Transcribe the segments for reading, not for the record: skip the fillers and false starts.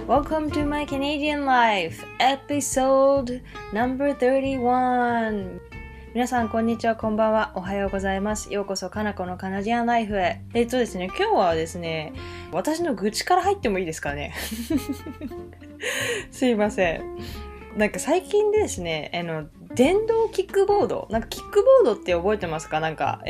Welcome to my Canadian life, episode number 31. 皆さんこんにちは、こんばんは、おはようございます。ようこそかなこのカナディアンライフへ。ですね、今日はですね、私の愚痴から入ってもいいですかね。すいません。なんか最近ですね、電動キックボード、なんかキックボードって覚えてますか？なんか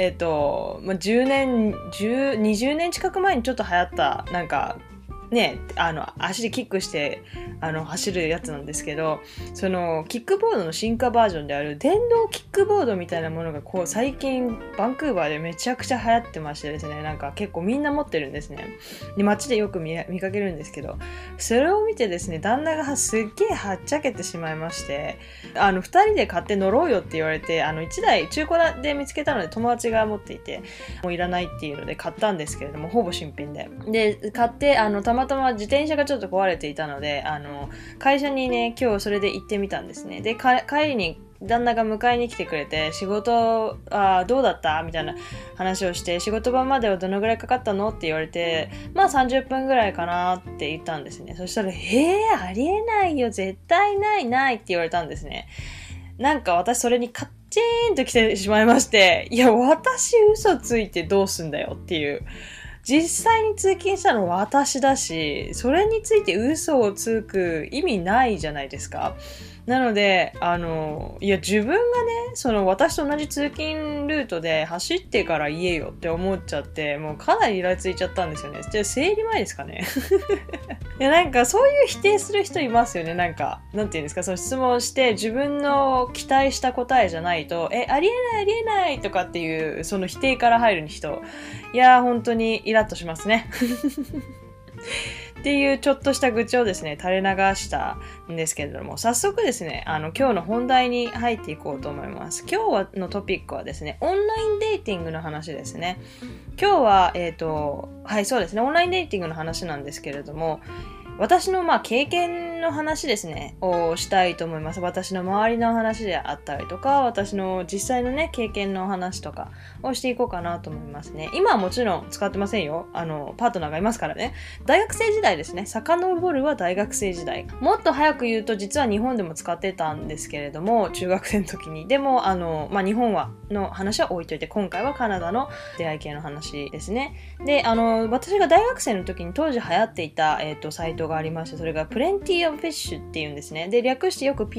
10年、20年近く前にちょっと流行ったなんかね、足でキックして走るやつなんですけど、そのキックボードの進化バージョンである電動キックボードみたいなものがこう最近バンクーバーでめちゃくちゃ流行ってましてですね、なんか結構みんな持ってるんですね。で、街でよく見かけるんですけど、それを見てですね、旦那がすっげえはっちゃけてしまいまして、2人で買って乗ろうよって言われて、1台中古で見つけたので友達が持っていて、もういらないっていうので買ったんですけれども、ほぼ新品で。で、買ってたまたま自転車がちょっと壊れていたので、会社にね、今日それで行ってみたんですね。で、帰りに旦那が迎えに来てくれて、仕事どうだったみたいな話をして、仕事場まではどのぐらいかかったのって言われて、まあ30分ぐらいかなって言ったんですね。そしたら、ありえないよ、絶対ないって言われたんですね。なんか私それにカッチーンと来てしまいまして、いや、私嘘ついてどうすんだよっていう。実際に通勤したのは私だし、それについて嘘をつく意味ないじゃないですか。なので、いや、自分がね、私と同じ通勤ルートで走ってから言えよって思っちゃって、もうかなりイラついちゃったんですよね。じゃあ、生理前ですかね。いや、なんかそういう否定する人いますよね。なんか、なんていうんですか、その質問して自分の期待した答えじゃないと、ありえないとかっていう、その否定から入る人。いやー、本当にイラッとしますね。っていうちょっとした愚痴をですね、垂れ流したんですけれども、早速ですね、今日の本題に入っていこうと思います。今日のトピックはですね、オンラインデーティングの話ですね。今日は、はい、そうですね、オンラインデーティングの話なんですけれども、私の経験の話ですねをしたいと思います。私の周りの話であったりとか、私の実際のね経験の話とかをしていこうかなと思いますね。今はもちろん使ってませんよ。パートナーがいますからね。大学生時代ですね。遡るは大学生時代。もっと早く言うと実は日本でも使ってたんですけれども、中学生の時に。でも日本の話は置いといて、今回はカナダの出会い系の話ですね。で、私が大学生の時に当時流行っていたサイトがありまして、それが Plenty of Fish っていうんですね。で、略してよく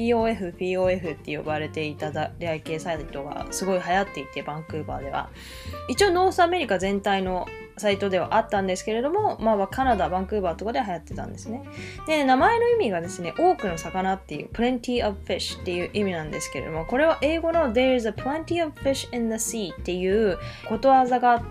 POF って呼ばれていた出会い系サイトがすごい流行っていて、バンクーバーでは。一応ノースアメリカ全体のサイトではあったんですけれども、カナダ、バンクーバーとかで流行ってたんですね。で、名前の意味がですね、多くの魚っていう Plenty of Fish っていう意味なんですけれども、これは英語の There's a plenty of fish in the sea っていうことわざがあって、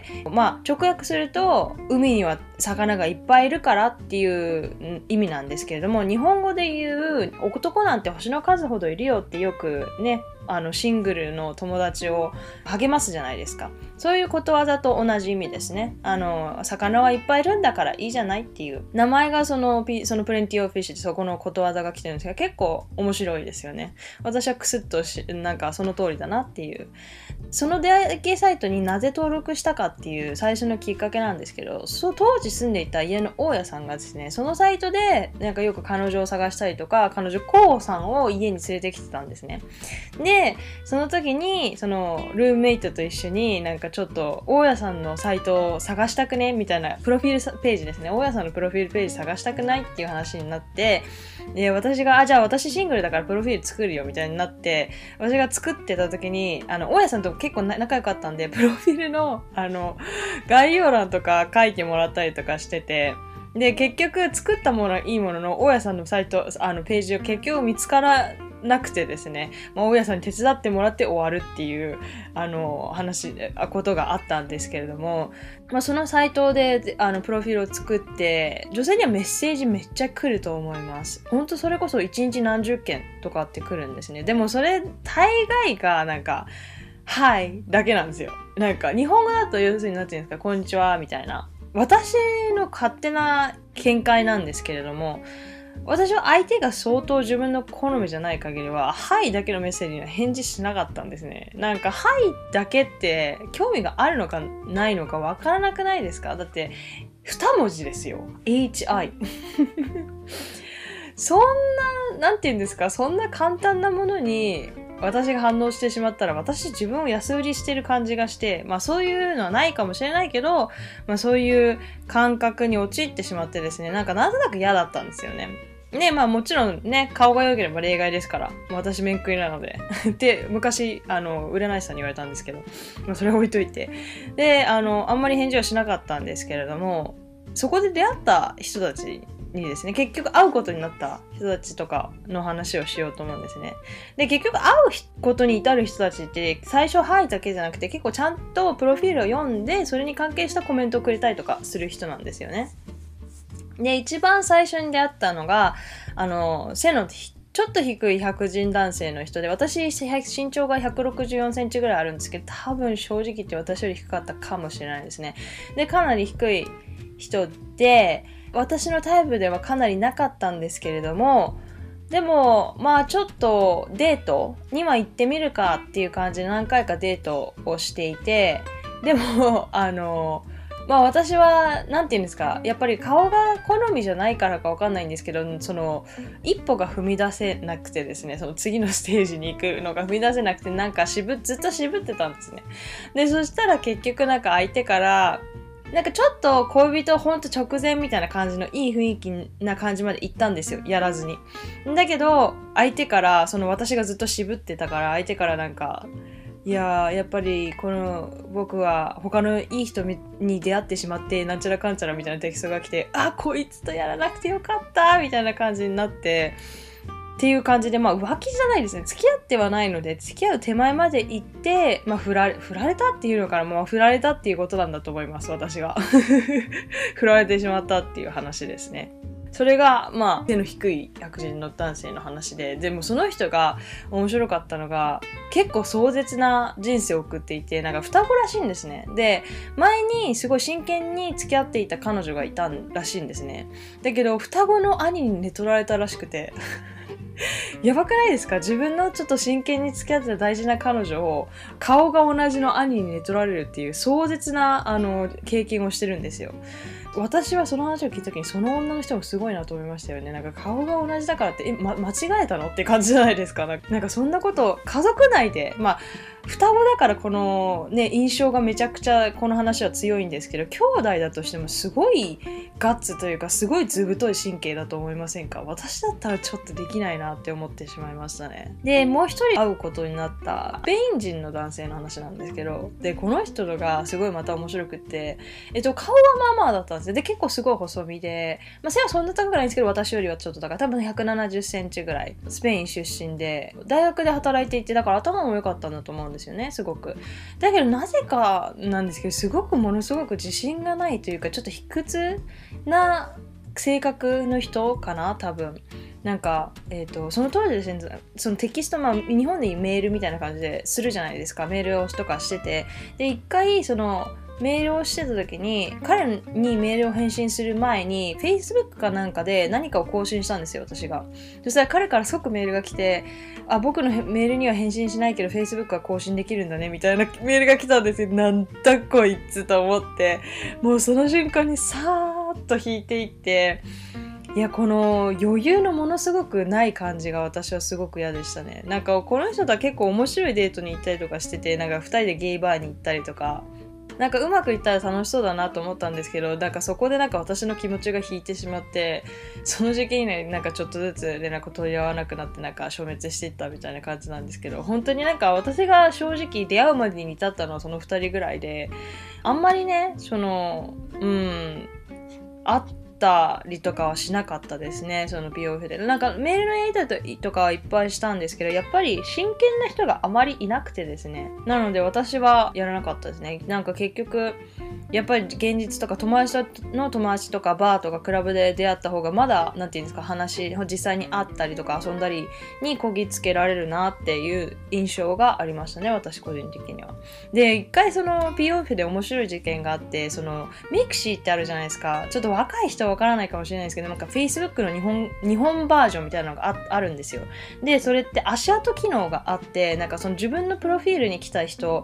直訳すると海には魚がいっぱいいるからっていう意味なんですけれども、日本語で言う男なんて星の数ほどいるよってよくね、シングルの友達を励ますじゃないですか。そういうことわざと同じ意味ですね。魚はいっぱいいるんだからいいじゃないっていう名前がそのプレンティオフィッシュでそこのことわざが来てるんですが、結構面白いですよね。私はクスッとなんかその通りだなっていう。その出会い系サイトになぜ登録したかっていう最初のきっかけなんですけど、当時住んでいた家の大家さんがですね、そのサイトでなんかよく彼女を探したりとか、彼女コウさんを家に連れてきてたんですね。で、その時にそのルームメイトと一緒になんかちょっと大家さんのサイトを探したくねみたいなプロフィールページですね。大家さんのプロフィールページ探したくないっていう話になって、で、私がじゃあ私シングルだからプロフィール作るよみたいになって、私が作ってた時に大家さんと結構仲良かったんで、プロフィールの概要欄とか書いてもらったりとかしてて、で、結局作ったものはいいものの、大家さんのサイトページを結局見つからなくてですね、大家さんに手伝ってもらって終わるっていうことがあったんですけれども、そのサイトでプロフィールを作って、女性にはメッセージめっちゃ来ると思います。ほんとそれこそ1日何十件とかって来るんですね。でもそれ大概がなんかはいだけなんですよ。なんか日本語だと要するになんていうんですか、こんにちはみたいな、私の勝手な見解なんですけれども、私は相手が相当自分の好みじゃない限りは、はいだけのメッセージには返事しなかったんですね。なんか、はいだけって興味があるのかないのかわからなくないですか？だって、2文字ですよ。HI。 そんな、なんて言うんですか、そんな簡単なものに私が反応してしまったら、私自分を安売りしてる感じがして、まあそういうのはないかもしれないけど、まあそういう感覚に陥ってしまってですね、なんとなく嫌だったんですよね。ね、まあもちろんね、顔が良ければ例外ですから。私面食いなので。って昔、占い師さんに言われたんですけど、まあそれは置いといて。で、あんまり返事はしなかったんですけれども、そこで出会った人たちにですね、結局会うことになった人たちとかの話をしようと思うんですね。で、結局会うことに至る人たちって最初はいだけじゃなくて結構ちゃんとプロフィールを読んでそれに関係したコメントをくれたりとかする人なんですよね。で、一番最初に出会ったのが、背のちょっと低い白人男性の人で、私身長が164センチぐらいあるんですけど、多分正直言って私より低かったかもしれないですね。で、かなり低い人で、私のタイプではかなりなかったんですけれども、でもまあちょっとデートには行ってみるかっていう感じで何回かデートをしていて、でもまあ私はなんて言うんですか、やっぱり顔が好みじゃないからかわかんないんですけど、その一歩が踏み出せなくてですね、その次のステージに行くのが踏み出せなくて、なんかずっと渋ってたんですね。で、そしたら結局なんか相手からなんかちょっと恋人ほんと直前みたいな感じのいい雰囲気な感じまで行ったんですよ、やらずに。だけど相手から私がずっと渋ってたから相手からなんか、いややっぱり僕は他のいい人に出会ってしまってなんちゃらかんちゃらみたいなテキストが来て、あ、こいつとやらなくてよかったみたいな感じになってっていう感じで、まあ浮気じゃないですね、付き合ってはないので付き合う手前まで行って、まあ振られたっていうのからもう振られたっていうことなんだと思います、私が振られてしまったっていう話ですね。それがまあ背の低い白人の男性の話で、でもその人が面白かったのが結構壮絶な人生を送っていて、なんか双子らしいんですね。で、前にすごい真剣に付き合っていた彼女がいたらしいんですね。だけど双子の兄に寝取られたらしくてやばくないですか？自分のちょっと真剣に付き合ってた大事な彼女を顔が同じの兄に寝取られるっていう壮絶な経験をしてるんですよ。私はその話を聞いた時にその女の人もすごいなと思いましたよね。なんか顔が同じだからって間違えたのって感じじゃないですか。なんかそんなこと家族内で、まあ双子だからこのね印象がめちゃくちゃこの話は強いんですけど、兄弟だとしてもすごいガッツというかすごい図太い神経だと思いませんか？私だったらちょっとできないなって思ってしまいましたね。で、もう一人会うことになったスペイン人の男性の話なんですけど、でこの人がすごいまた面白くって、顔はまあまあだったんですよ。で結構すごい細身で、まあ背はそんな高くないんですけど私よりはちょっと高い、多分170センチぐらい、スペイン出身で大学で働いていて、だから頭も良かったんだと思うんですよね、すごく。だけどなぜかなんですけど、ものすごく自信がないというか、ちょっと卑屈な性格の人かな、多分。なんか、その当時ですね、そのテキスト、まあ日本でいうメールみたいな感じでするじゃないですか。メールをとかしてて、で一回メールをしてた時に彼にメールを返信する前に Facebook かなんかで何かを更新したんですよ、私が。そしたら彼から即メールが来て、あ、僕のメールには返信しないけど Facebook は更新できるんだねみたいなメールが来たんですよ。なんだこいつと思って、もうその瞬間にさーっと引いていって、いや、この余裕のものすごくない感じが私はすごく嫌でしたね。なんかこの人とは結構面白いデートに行ったりとかしてて、なんか2人でゲイバーに行ったりとか、なんかうまくいったら楽しそうだなと思ったんですけど、なんかそこでなんか私の気持ちが引いてしまって、その時期にね、なんかちょっとずつ連絡取り合わなくなってなんか消滅していったみたいな感じなんですけど、本当になんか私が正直出会うまでに至ったのはその2人ぐらいで、あんまりね、会ったりとかはしなかったですね、その美容フェで。なんかメールのやり取りとかはいっぱいしたんですけど、やっぱり真剣な人があまりいなくてですね。なので私はやらなかったですね。なんか結局やっぱり現実とか友達とかバーとかクラブで出会った方がまだなんていうんですか、実際に会ったりとか遊んだりにこぎつけられるなっていう印象がありましたね、私個人的には。で、一回その美容フェで面白い事件があって、ミクシーってあるじゃないですか。ちょっと若い人はわからないかもしれないですけど、なんか Facebook の日本バージョンみたいなのが あるんですよ。で、それって足跡機能があって、なんかその自分のプロフィールに来た人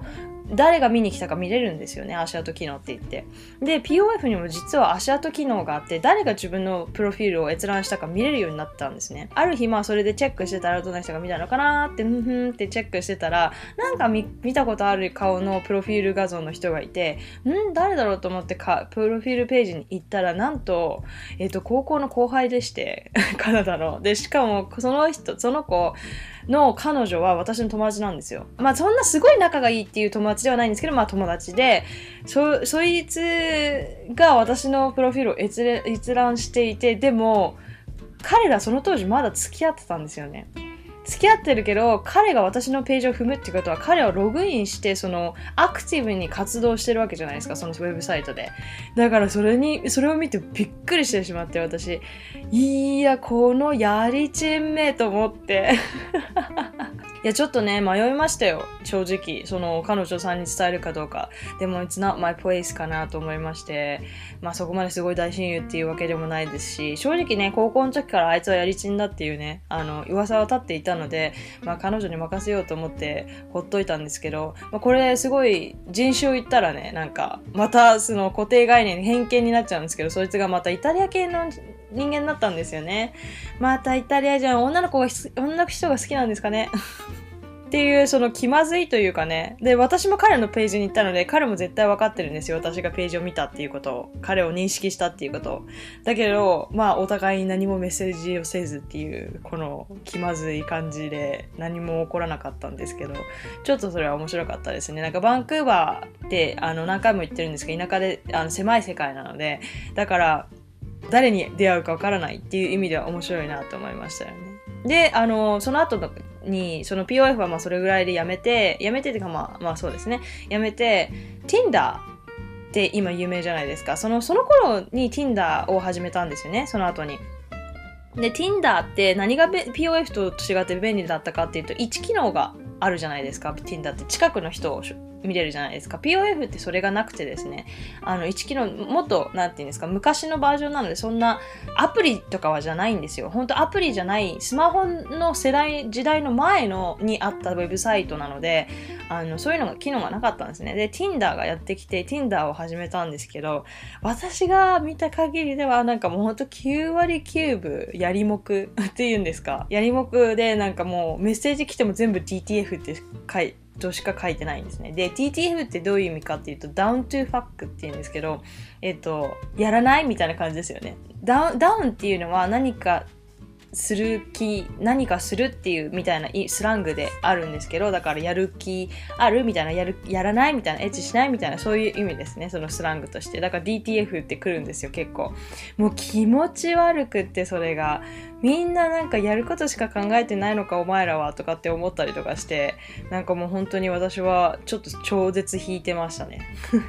誰が見に来たか見れるんですよね、足跡機能って言って。で POF にも実は足跡機能があって、誰が自分のプロフィールを閲覧したか見れるようになったんですね。ある日それでチェックしてたら、どんな人が見たのかなってってチェックしてたら、なんか見たことある顔のプロフィール画像の人がいて、誰だろうと思ってプロフィールページに行ったら、なんと、高校の後輩でしてカナダので、しかもその子の彼女は私の友達なんですよ。そんなすごい仲がいいっていう友達ではないんですけど、友達で、そいつが私のプロフィールを閲覧していて、でも彼らその当時まだ付き合ってたんですよね。付き合ってるけど、彼が私のページを踏むってことは、彼はログインしてアクティブに活動してるわけじゃないですか、そのウェブサイトで。だからそれを見てびっくりしてしまって、私、いやこのやりちんめと思っていやちょっとね迷いましたよ、正直。彼女さんに伝えるかどうか。でも It's not my place かなと思いまして、そこまですごい大親友っていうわけでもないですし、正直ね、高校の時からあいつはやりちんだっていうね、噂は立っていたので、彼女に任せようと思ってほっといたんですけど、これすごい人種を言ったらね、なんかまた固定概念偏見になっちゃうんですけど、そいつがまたイタリア系の人間だったんですよね。またイタリアじゃん、女の人が好きなんですかねっていう気まずいというかね。で、私も彼のページに行ったので、彼も絶対分かってるんですよ、私がページを見たっていうことを、彼を認識したっていうことを。だけどお互いに何もメッセージをせずっていう、この気まずい感じで何も起こらなかったんですけど、ちょっとそれは面白かったですね。なんかバンクーバーって何回も言ってるんですけど、田舎で狭い世界なので、だから誰に出会うかわからないっていう意味では面白いなと思いましたよね。で、その後に、POF はそれぐらいでやめてっていうかそうですね。やめて、Tinder って今有名じゃないですか。その頃に Tinder を始めたんですよね、その後に。で、Tinder って何がPOF と違って便利だったかっていうと、1機能があるじゃないですか。Tinder って近くの人を見れるじゃないですか。POF ってそれがなくてですね、1機能もっとなんていうんですか、昔のバージョンなので、そんなアプリとかはじゃないんですよ。本当アプリじゃないスマホの時代の前にあったウェブサイトなので、そういう機能がなかったんですね。で Tinder がやってきて Tinder を始めたんですけど、私が見た限りではなんかもうほんと9割9分やりもくっていうんですか、やりもくで、なんかもうメッセージ来ても全部 TTF ってとしか書いてないんですね。で TTF ってどういう意味かっていうと Down to Fuck っていうんですけど、やらないみたいな感じですよね。ダウンっていうのは何かするっていうみたいなスラングであるんですけど、だからやる気あるみたいな、やらないみたいな、エッチしないみたいな、そういう意味ですね、そのスラングとして。だから DTF ってくるんですよ、結構。もう気持ち悪くって、それがみんななんかやることしか考えてないのかお前らはとかって思ったりとかして、なんかもう本当に私はちょっと超絶引いてましたね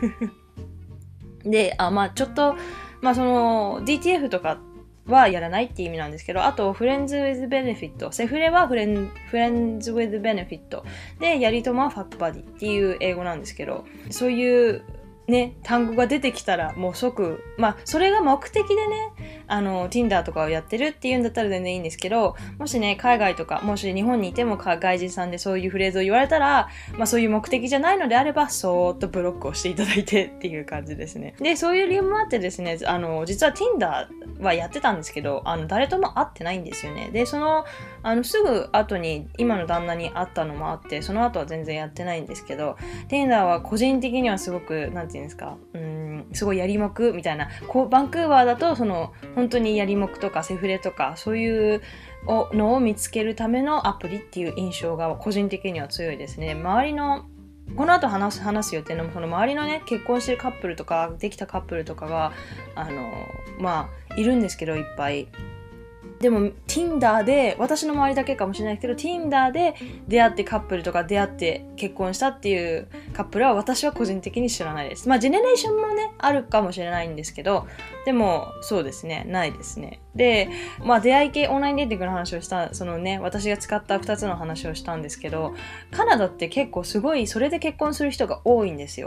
で、ちょっとDTF とかはやらないっていう意味なんですけど、あと Friends with Benefit、 セフレは Friends with Benefit で、やりともは Fuck Buddy っていう英語なんですけど、そういうね、単語が出てきたらもう即、それが目的でね、Tinder とかをやってるっていうんだったら全然いいんですけど、もしね、海外とか、もし日本にいても外人さんでそういうフレーズを言われたら、そういう目的じゃないのであれば、そーっとブロックをしていただいてっていう感じですね。で、そういう理由もあってですね、実は Tinder はやってたんですけど、誰とも会ってないんですよね。で、すぐ後に今の旦那に会ったのもあって、その後は全然やってないんですけど、Tinder は個人的にはすごく、なんていうんですか、すごいやりもくみたいな、バンクーバーだと本当にやりもくとかセフレとかそういうのを見つけるためのアプリっていう印象が個人的には強いですね。周りのこの後話す予定の周りのね、結婚してるカップルとかできたカップルとかがいるんですけど、いっぱい。でも Tinder で、私の周りだけかもしれないけど Tinder で出会ってカップルとか出会って結婚したっていうカップルは私は個人的に知らないです。ジェネレーションもねあるかもしれないんですけど、でもそうですね、ないですね。で、出会い系オンラインデーティングの話をした、私が使った2つの話をしたんですけど、カナダって結構すごいそれで結婚する人が多いんですよ。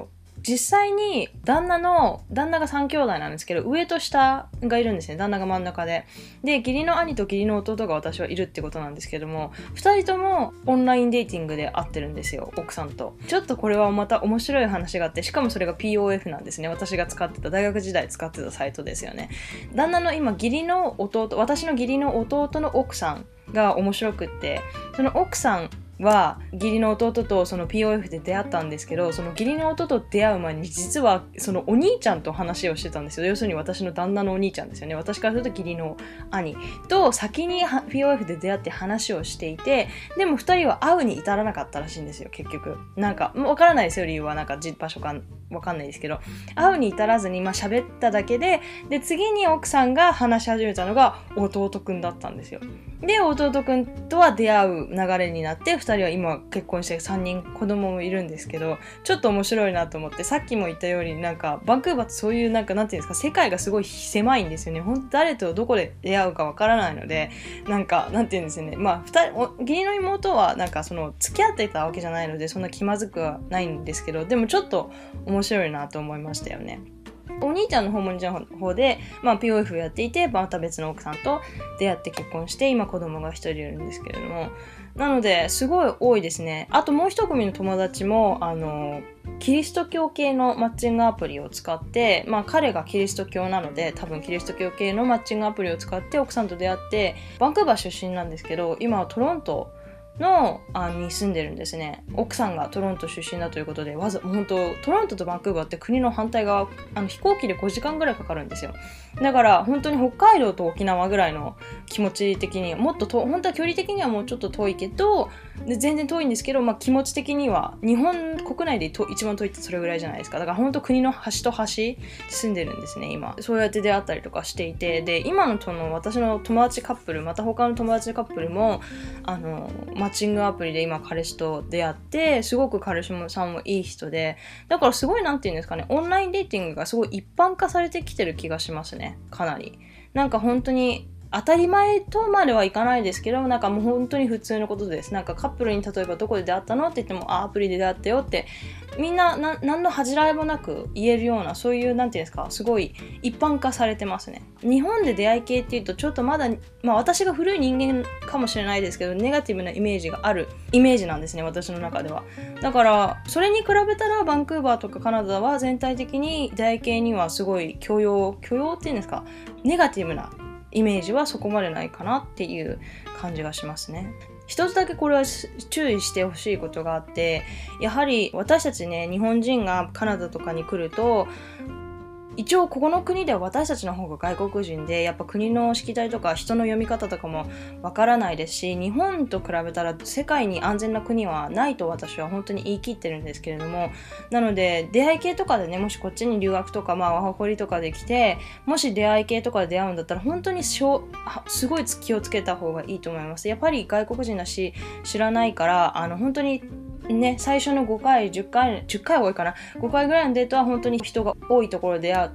実際に旦那が3兄弟なんですけど、上と下がいるんですね。旦那が真ん中で。で、義理の兄と義理の弟が私はいるってことなんですけども、2人ともオンラインデーティングで会ってるんですよ、奥さんと。ちょっとこれはまた面白い話があって、しかもそれが POF なんですね。私が大学時代使ってたサイトですよね。旦那の今、私の義理の弟の奥さんが面白くって、その奥さんは義理の弟とその POF で出会ったんですけど、その義理の弟と出会う前に実はそのお兄ちゃんと話をしてたんですよ。要するに私の旦那のお兄ちゃんですよね。私からすると義理の兄と先に POF で出会って話をしていて、でも2人は会うに至らなかったらしいんですよ。結局なんかわからないですよ、理由は。なんか場所かわかんないですけど、会うに至らずに喋っただけで、次に奥さんが話し始めたのが弟くんだったんですよ。で、弟くんとは出会う流れになって、2人は今結婚して3人子供もいるんですけど、ちょっと面白いなと思って、さっきも言ったようになんかバンクーバーってそういうなんていうんですか、世界がすごい狭いんですよね。本当誰とどこで出会うかわからないので、なんていうんですよね。義理の妹はなんかその付き合ってたわけじゃないので、そんな気まずくはないんですけど、でもちょっと面白いなと思いましたよね。お兄ちゃんの方もお兄ちゃんの方で、POF をやっていて、また別の奥さんと出会って結婚して、今子供が一人いるんですけれども、なのですごい多いですね。あともう一組の友達もキリスト教系のマッチングアプリを使って、彼がキリスト教なので多分キリスト教系のマッチングアプリを使って奥さんと出会って、バンクーバー出身なんですけど、今はトロントに住んでるんですね。奥さんがトロント出身だということで、本当トロントとバンクーバーって国の反対側、飛行機で5時間ぐらいかかるんですよ。だから本当に北海道と沖縄ぐらいの気持ち的にもっと本当は距離的にはもうちょっと遠いけど、全然遠いんですけど、気持ち的には日本国内で一番遠いってそれぐらいじゃないですか。だから本当国の端と端住んでるんですね。今そうやって出会ったりとかしていて、で今の私の友達カップル、また他の友達カップルもマッチングアプリで今彼氏と出会って、すごく彼氏さんもいい人で、だからすごいなんていうんですかね、オンラインデーティングがすごい一般化されてきてる気がしますね。かなりなんか本当に当たり前とまではいかないですけど、なんかもう本当に普通のことです。なんかカップルに例えばどこで出会ったのって言っても、アプリで出会ったよってみんな何の恥じらいもなく言えるような、そういうなんていうんですか、すごい一般化されてますね。日本で出会い系っていうとちょっとまだ、私が古い人間かもしれないですけど、ネガティブなイメージがあるイメージなんですね、私の中では。だからそれに比べたらバンクーバーとかカナダは全体的に出会い系にはすごい許容っていうんですか、ネガティブなイメージはそこまでないかなっていう感じがしますね。一つだけこれは注意してほしいことがあって、やはり私たちね、日本人がカナダとかに来ると、一応ここの国では私たちの方が外国人で、やっぱ国のしきたりとか人の読み方とかもわからないですし、日本と比べたら世界に安全な国はないと私は本当に言い切ってるんですけれども、なので出会い系とかでね、もしこっちに留学とかワーホリとかで来て、もし出会い系とかで出会うんだったら本当にすごい気をつけた方がいいと思います。やっぱり外国人だし知らないから、本当にね、最初の5回10回多いかな、5回ぐらいのデートは本当に人が多いところで出会って、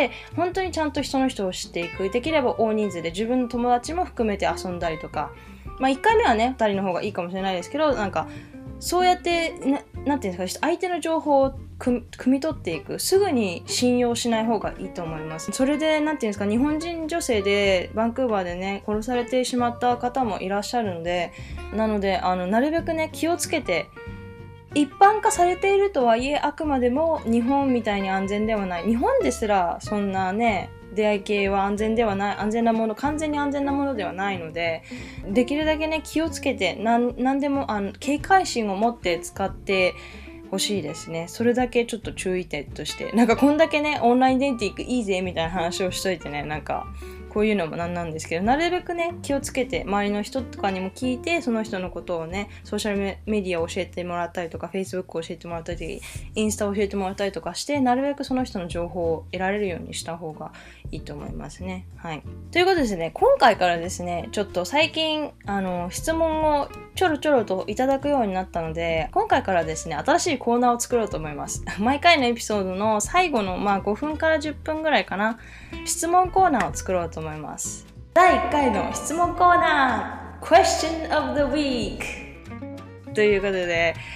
本当にちゃんと人を知っていく。できれば大人数で自分の友達も含めて遊んだりとか、1回目はね2人の方がいいかもしれないですけど、なんかそうやってなんていうんですか、相手の情報を汲み取っていく。すぐに信用しない方がいいと思います。それでなんていうんですか、日本人女性でバンクーバーでね殺されてしまった方もいらっしゃるので、なのでなるべくね気をつけて、一般化されているとはいえ、あくまでも日本みたいに安全ではない。日本ですらそんなね出会い系は安全ではない、安全なもの、完全に安全なものではないので、できるだけね気をつけて、何でも警戒心を持って使ってほしいですね。それだけちょっと注意点として、なんかこんだけねオンラインデーティングいいぜみたいな話をしといてね、なんかこういうのもなんですけど、なるべくね気をつけて、周りの人とかにも聞いて、その人のことをねソーシャルメディアを教えてもらったりとか、 Facebook を教えてもらったり、インスタを教えてもらったりとかして、なるべくその人の情報を得られるようにした方がいいと思いますね。はい。ということでですね、今回からですね、ちょっと最近質問をちょろちょろといただくようになったので、今回からですね新しいコーナーを作ろうと思います。毎回のエピソードの最後の5分から10分ぐらいかな、質問コーナーを作ろうと思います。第1回の質問コーナー Question of the Week ということで、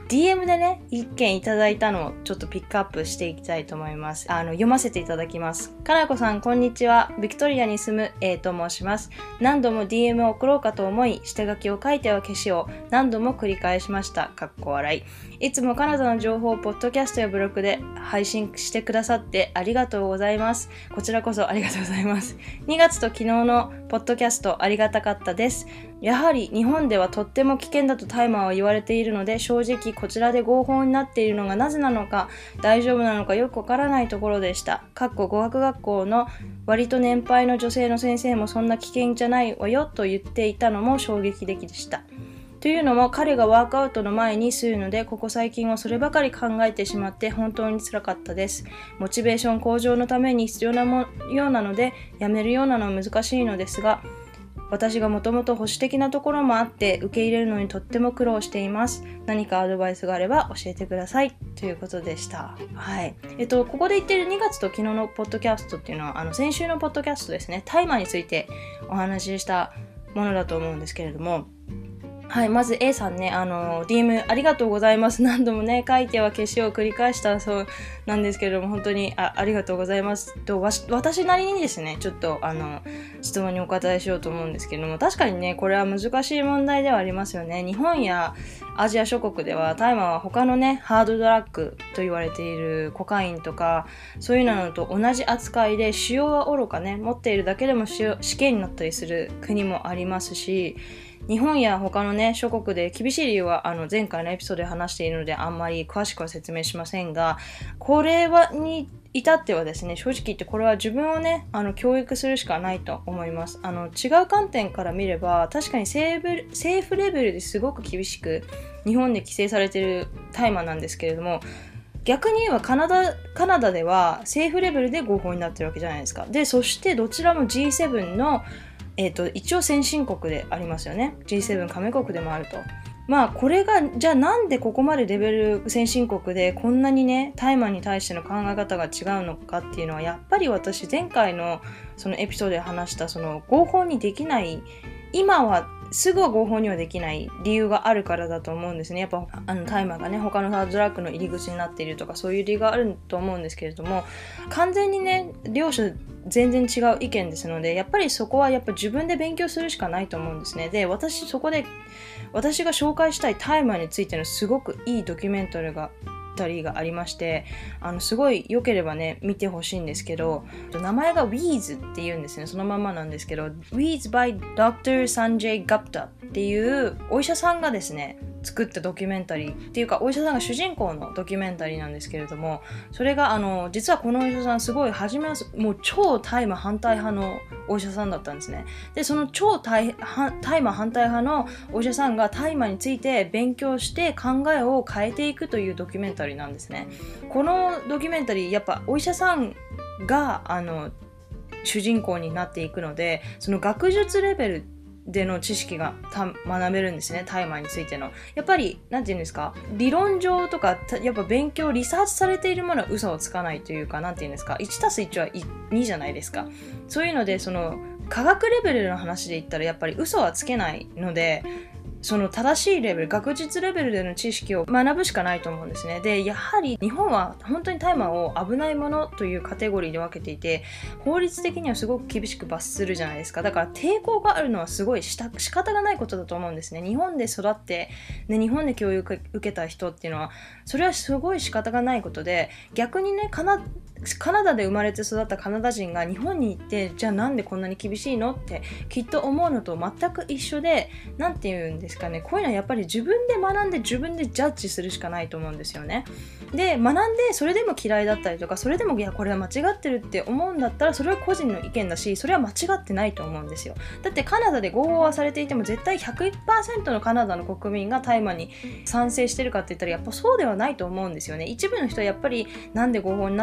DM でね、一件いただいたのをちょっとピックアップしていきたいと思います。読ませていただきます。かなこさん、こんにちは。ビクトリアに住む A と申します。何度も DM を送ろうかと思い、下書きを書いては消しを何度も繰り返しました。笑い。いつもカナダの情報をポッドキャストやブログで配信してくださってありがとうございます。こちらこそありがとうございます。2月と昨日のポッドキャストありがたかったです。やはり日本ではとっても危険だと大麻は言われているので、正直こちらで合法になっているのがなぜなのか、大丈夫なのかよくわからないところでした。語学学校の割と年配の女性の先生もそんな危険じゃないわよと言っていたのも衝撃的でした。というのも彼がワークアウトの前に吸うので、ここ最近はそればかり考えてしまって本当に辛かったです。モチベーション向上のために必要なようなので、やめるようなのは難しいのですが、私がもともと保守的なところもあって受け入れるのにとっても苦労しています。何かアドバイスがあれば教えてくださいということでした。はい。ここで言ってる2月と昨日のポッドキャストっていうのは先週のポッドキャストですね。大麻についてお話ししたものだと思うんですけれども、はい、まず A さんね、DM ありがとうございます。何度もね、書いては消しを繰り返したそうなんですけれども、本当にありがとうございますと、私なりにですね、ちょっと質問にお答えしようと思うんですけれども、確かにね、これは難しい問題ではありますよね。日本やアジア諸国では大麻は他のね、ハードドラッグと言われているコカインとか、そういうのと同じ扱いで、使用は愚かね、持っているだけでも死刑になったりする国もありますし、日本や他のね、諸国で厳しい理由は前回のエピソードで話しているのであんまり詳しくは説明しませんが、これに至ってはですね、正直言ってこれは自分をね、教育するしかないと思います。違う観点から見れば、確かに政府レベルですごく厳しく日本で規制されている大麻なんですけれども、逆に言えばカナダでは政府レベルで合法になってるわけじゃないですか。で、そしてどちらも G7 の一応先進国でありますよね。G7 加盟国でもあると。まあこれがじゃあなんでここまでレベル先進国でこんなにね大麻に対しての考え方が違うのかっていうのは、やっぱり私前回のそのエピソードで話したその合法にできない、今はすぐは合法にはできない理由があるからだと思うんですね。やっぱ大麻がね他のハードドラッグの入り口になっているとか、そういう理由があると思うんですけれども、完全にね両者全然違う意見ですので、やっぱりそこはやっぱ自分で勉強するしかないと思うんですね。で、そこで私が紹介したい大麻についてのすごくいいドキュメンタリーがありまして、すごい良ければね見てほしいんですけど、名前が Weeds っていうんですね。そのままなんですけど、 Weeds by Dr. Sanjay Gupta っていうお医者さんがですね作ったドキュメンタリーっていうか、お医者さんが主人公のドキュメンタリーなんですけれども、それが実はこのお医者さんすごい初めはもう超大麻反対派のお医者さんだったんですね。で、その超大麻反対派のお医者さんが大麻について勉強して考えを変えていくというドキュメンタリーなんですね。このドキュメンタリーやっぱお医者さんが主人公になっていくので、その学術レベルでの知識が学べるんですね。大麻についてのやっぱりなんていうんですか、理論上とかやっぱ勉強リサーチされているものは嘘をつかないというか、なんていうんですか、 1+1 は2じゃないですか。そういうのでその科学レベルの話で言ったらやっぱり嘘はつけないので、その正しいレベル、学術レベルでの知識を学ぶしかないと思うんですね。で、やはり日本は本当に大麻を危ないものというカテゴリーで分けていて、法律的にはすごく厳しく罰するじゃないですか。だから抵抗があるのはすごい仕方がないことだと思うんですね。日本で育って、ね、日本で教育受けた人っていうのはそれはすごい仕方がないことで、逆にねカナダで生まれて育ったカナダ人が日本に行って、じゃあなんでこんなに厳しいのってきっと思うのと全く一緒で、なんていうんですかね、こういうのはやっぱり自分で学んで自分でジャッジするしかないと思うんですよね。で、学んでそれでも嫌いだったりとか、それでもいやこれは間違ってるって思うんだったら、それは個人の意見だし、それは間違ってないと思うんですよ。だってカナダで合法はされていても絶対 100% のカナダの国民が大麻に賛成してるかって言ったらやっぱそうではないと思うんですよね。一部の人はやっぱりなんで合法になったんだって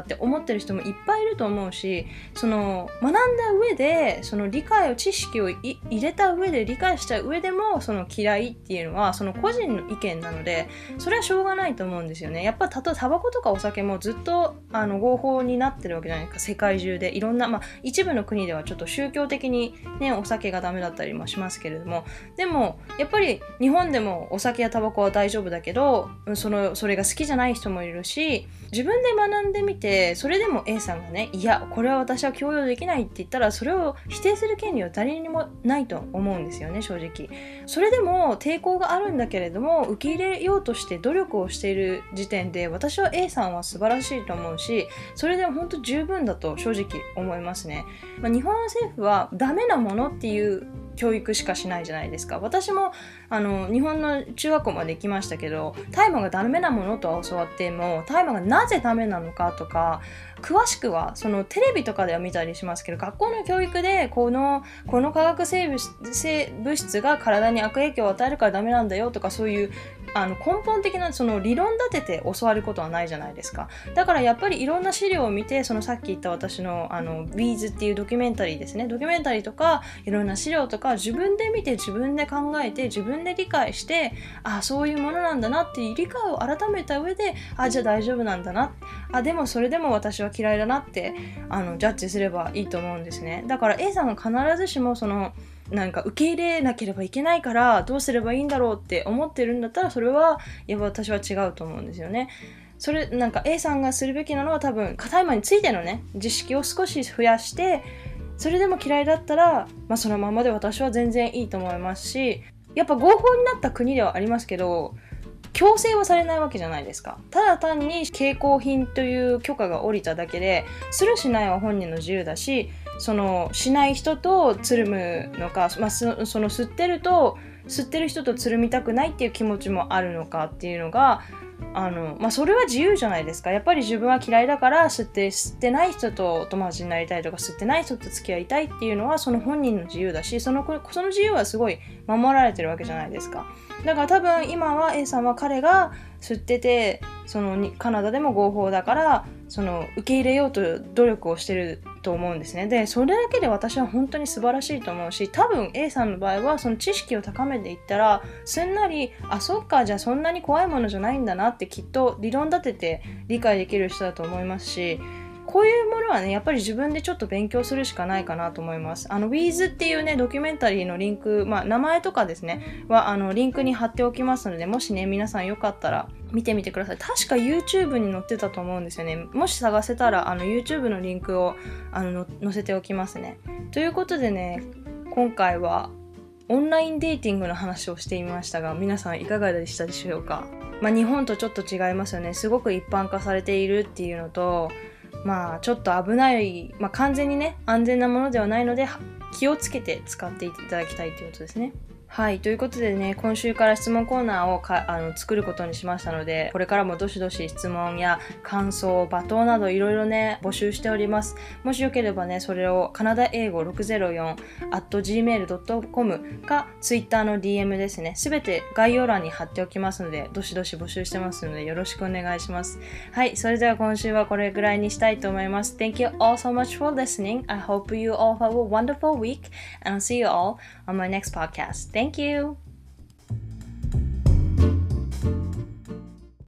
って思ってる人もいっぱいいると思うし、その学んだ上でその理解を知識を入れた上で理解した上でもその嫌いっていうのはその個人の意見なので、それはしょうがないと思うんですよね。やっぱタバコとかお酒もずっと合法になってるわけじゃないですか、世界中でいろんな、一部の国ではちょっと宗教的にねお酒がダメだったりもしますけれども、でもやっぱり日本でもお酒やタバコは大丈夫だけど、それが好きじゃない人もいるし、自分で学んでみてそれでも A さんがね、いやこれは私は強要できないって言ったら、それを否定する権利は誰にもないと思うんですよね、正直。それでも抵抗があるんだけれども受け入れようとして努力をしている時点で、私は A さんは素晴らしいと思うし、それでも本当十分だと正直思いますね。日本政府はダメなものっていう教育しかしないじゃないですか。私も日本の中学校まで行きましたけど、大麻がダメなものとは教わっても、大麻がなぜダメなのかとか詳しくはそのテレビとかでは見たりしますけど、学校の教育でこの化学生物質が体に悪影響を与えるからダメなんだよとか、そういう根本的なその理論立てて教わることはないじゃないですか。だからやっぱりいろんな資料を見て、そのさっき言った私のBees っていうドキュメンタリーですね、ドキュメンタリーとかいろんな資料とか自分で見て自分で考えて自分で理解して、そういうものなんだなっていう理解を改めた上で、じゃあ大丈夫なんだな、でもそれでも私は嫌いだなってジャッジすればいいと思うんですね。だから A さんが必ずしもそのなんか受け入れなければいけないからどうすればいいんだろうって思ってるんだったら、それはいや私は違うと思うんですよね。それなんか A さんがするべきなのは、多分大麻についてのね知識を少し増やして、それでも嫌いだったら、そのままで私は全然いいと思いますし、やっぱ合法になった国ではありますけど強制はされないわけじゃないですか。ただ単に携行品という許可が下りただけで、するしないは本人の自由だし、そのしない人とつるむのか、その吸ってる人とつるみたくないっていう気持ちもあるのかっていうのがそれは自由じゃないですか。やっぱり自分は嫌いだから吸ってない人と友達になりたいとか、吸ってない人と付き合いたいっていうのはその本人の自由だし、その自由はすごい守られてるわけじゃないですか。だから多分今は A さんは彼が吸ってて、カナダでも合法だから受け入れようと努力をしてると思うんですね。でそれだけで私は本当に素晴らしいと思うし、多分 A さんの場合はその知識を高めていったら、すんなりそっか、じゃあそんなに怖いものじゃないんだなってきっと理論立てて理解できる人だと思いますし、こういうものはねやっぱり自分でちょっと勉強するしかないかなと思います。Weez っていうねドキュメンタリーのリンク、名前とかですねはリンクに貼っておきますので、もしね皆さんよかったら見てみてください。確か YouTube に載ってたと思うんですよね。もし探せたらYouTube のリンクを載せておきますね。ということでね、今回はオンラインデーティングの話をしてみましたが、皆さんいかがでしたでしょうか。日本とちょっと違いますよね。すごく一般化されているっていうのと、ちょっと危ない、完全にね安全なものではないので気をつけて使っていただきたいということですね。はい、ということでね、今週から質問コーナーを作ることにしましたので、これからもどしどし質問や感想、罵倒などいろいろね募集しております。もしよければね、それをカナダ英語604 @gmail.com か Twitter の DM ですね、すべて概要欄に貼っておきますので、どしどし募集してますのでよろしくお願いします。はい、それでは今週はこれぐらいにしたいと思います。Thank you all so much for listening. I hope you all have a wonderful week and I'll see you all on my next podcast. Thank you.